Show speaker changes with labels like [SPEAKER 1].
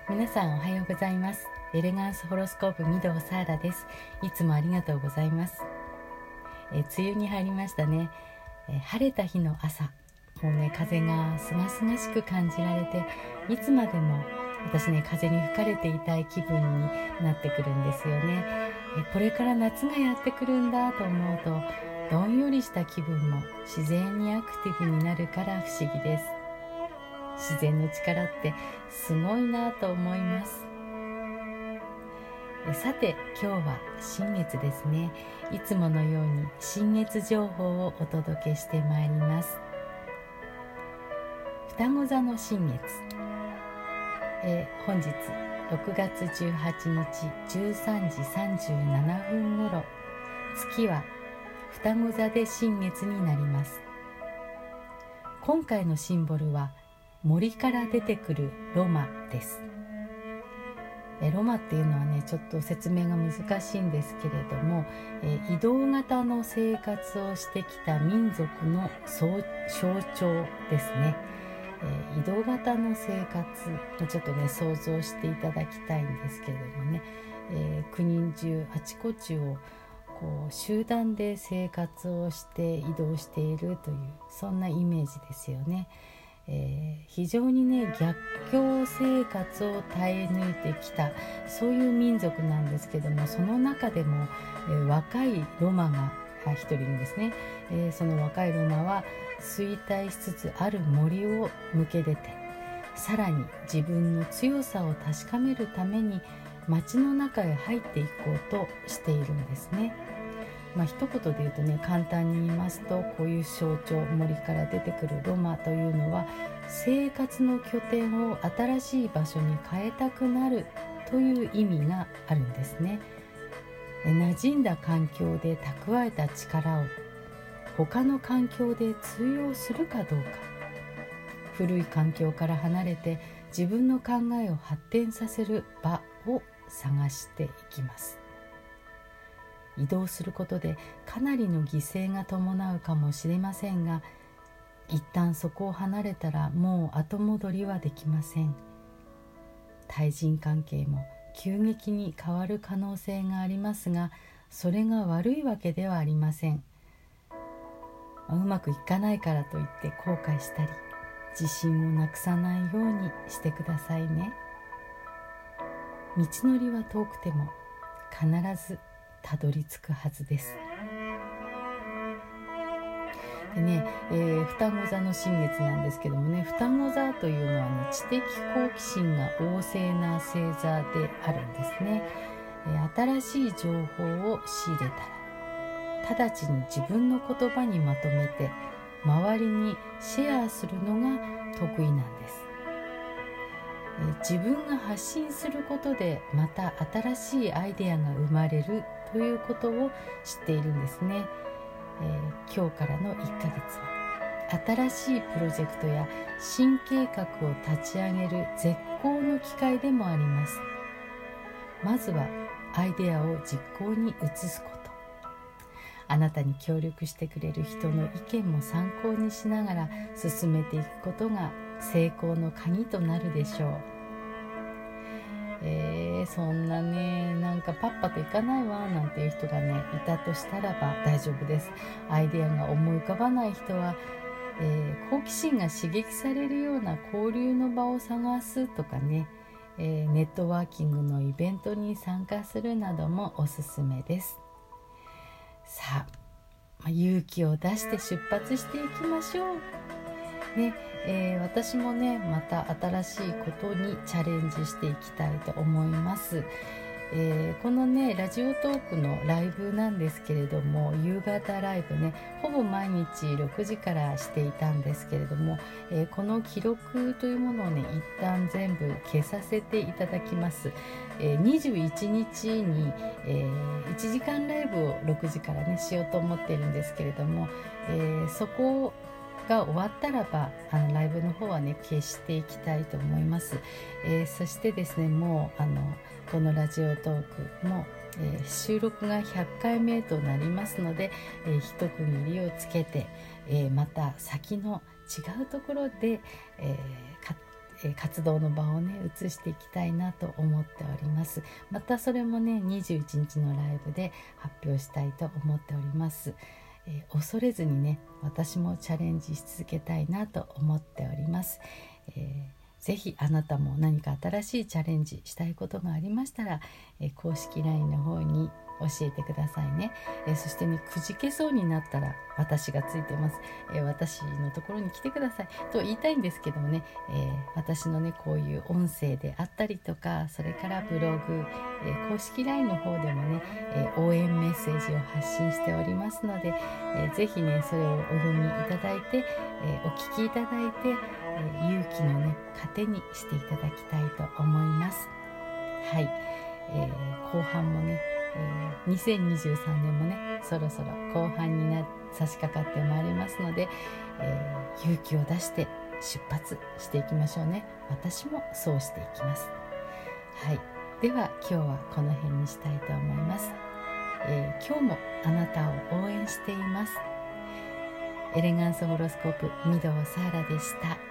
[SPEAKER 1] 皆さんおはようございます。エレガンスホロスコープ御堂サーラです。いつもありがとうございます。梅雨に入りましたね。晴れた日の朝、もうね風がすがすがしく感じられて、いつまでも私ね風に吹かれていたい気分になってくるんですよね。これから夏がやってくるんだと思うと、どんよりした気分も自然にアクティブになるから不思議です。自然の力ってすごいなと思います。さて今日は新月ですね。いつものように新月情報をお届けしてまいります。双子座の新月、本日6月18日13時37分ごろ、月は双子座で新月になります。今回のシンボルは森から出てくるロマです。ロマっていうのはねちょっと説明が難しいんですけれども、移動型の生活をしてきた民族の象徴ですね。移動型の生活、ちょっとね想像していただきたいんですけれどもね、国中あちこちをこう集団で生活をして移動しているという、そんなイメージですよね。非常にね逆境生活を耐え抜いてきた、そういう民族なんですけども、その中でも、若いロマが一人いるんですね。その若いロマは衰退しつつある森を抜け出て、さらに自分の強さを確かめるために町の中へ入っていこうとしているんですね。一言で言うとね、簡単に言いますと、こういう象徴、森から出てくるロマというのは、生活の拠点を新しい場所に変えたくなるという意味があるんですね。馴染んだ環境で蓄えた力を他の環境で通用するかどうか、古い環境から離れて自分の考えを発展させる場を探していきます。移動することでかなりの犠牲が伴うかもしれませんが、一旦そこを離れたらもう後戻りはできません。対人関係も急激に変わる可能性がありますが、それが悪いわけではありません。うまくいかないからといって後悔したり、自信をなくさないようにしてくださいね。道のりは遠くても必ずたどり着くはずです。でね、双子座の新月なんですけどもね、双子座というのはね、知的好奇心が旺盛な星座であるんですね。新しい情報を仕入れたら直ちに自分の言葉にまとめて周りにシェアするのが得意なんです。自分が発信することでまた新しいアイデアが生まれるということを知っているんですね。今日からの1ヶ月は新しいプロジェクトや新計画を立ち上げる絶好の機会でもあります。まずはアイデアを実行に移すこと、あなたに協力してくれる人の意見も参考にしながら進めていくことが成功の鍵となるでしょう。そんなね、なんかパッパといかないわなんていう人がねいたとしたらば大丈夫です。アイデアが思い浮かばない人は、好奇心が刺激されるような交流の場を探すとかね、ネットワーキングのイベントに参加するなどもおすすめです。さあ、勇気を出して出発していきましょうね。私もねまた新しいことにチャレンジしていきたいと思います。このねラジオトークのライブなんですけれども、夕方ライブねほぼ毎日6時からしていたんですけれども、この記録というものをね一旦全部消させていただきます。21日に、1時間ライブを6時からねしようと思っているんですけれども、そこが終わったらばライブの方はね消していきたいと思います。そしてですね、もうこのラジオトークも、収録が100回目となりますので、一区切りをつけて、また先の違うところで、 活動の場をね移していきたいなと思っております。またそれもね21日のライブで発表したいと思っております。恐れずにね私もチャレンジし続けたいなと思っております。ぜひあなたも何か新しいチャレンジしたいことがありましたら、公式 LINE の方に教えてくださいね。そしてね、くじけそうになったら私がついてます。私のところに来てくださいと言いたいんですけどもね、私のねこういう音声であったりとか、それからブログ、公式 LINE の方でもね、応援メッセージを発信しておりますので、ぜひねそれをお読みいただいて、お聞きいただいて、勇気のね糧にしていただきたいと思います。はい、後半もね、2023年もねそろそろ後半に差し掛かってまいりますので、勇気を出して出発していきましょうね。私もそうしていきます。はい、では今日はこの辺にしたいと思います。今日もあなたを応援しています。エレガンスホロスコープ御堂サーラでした。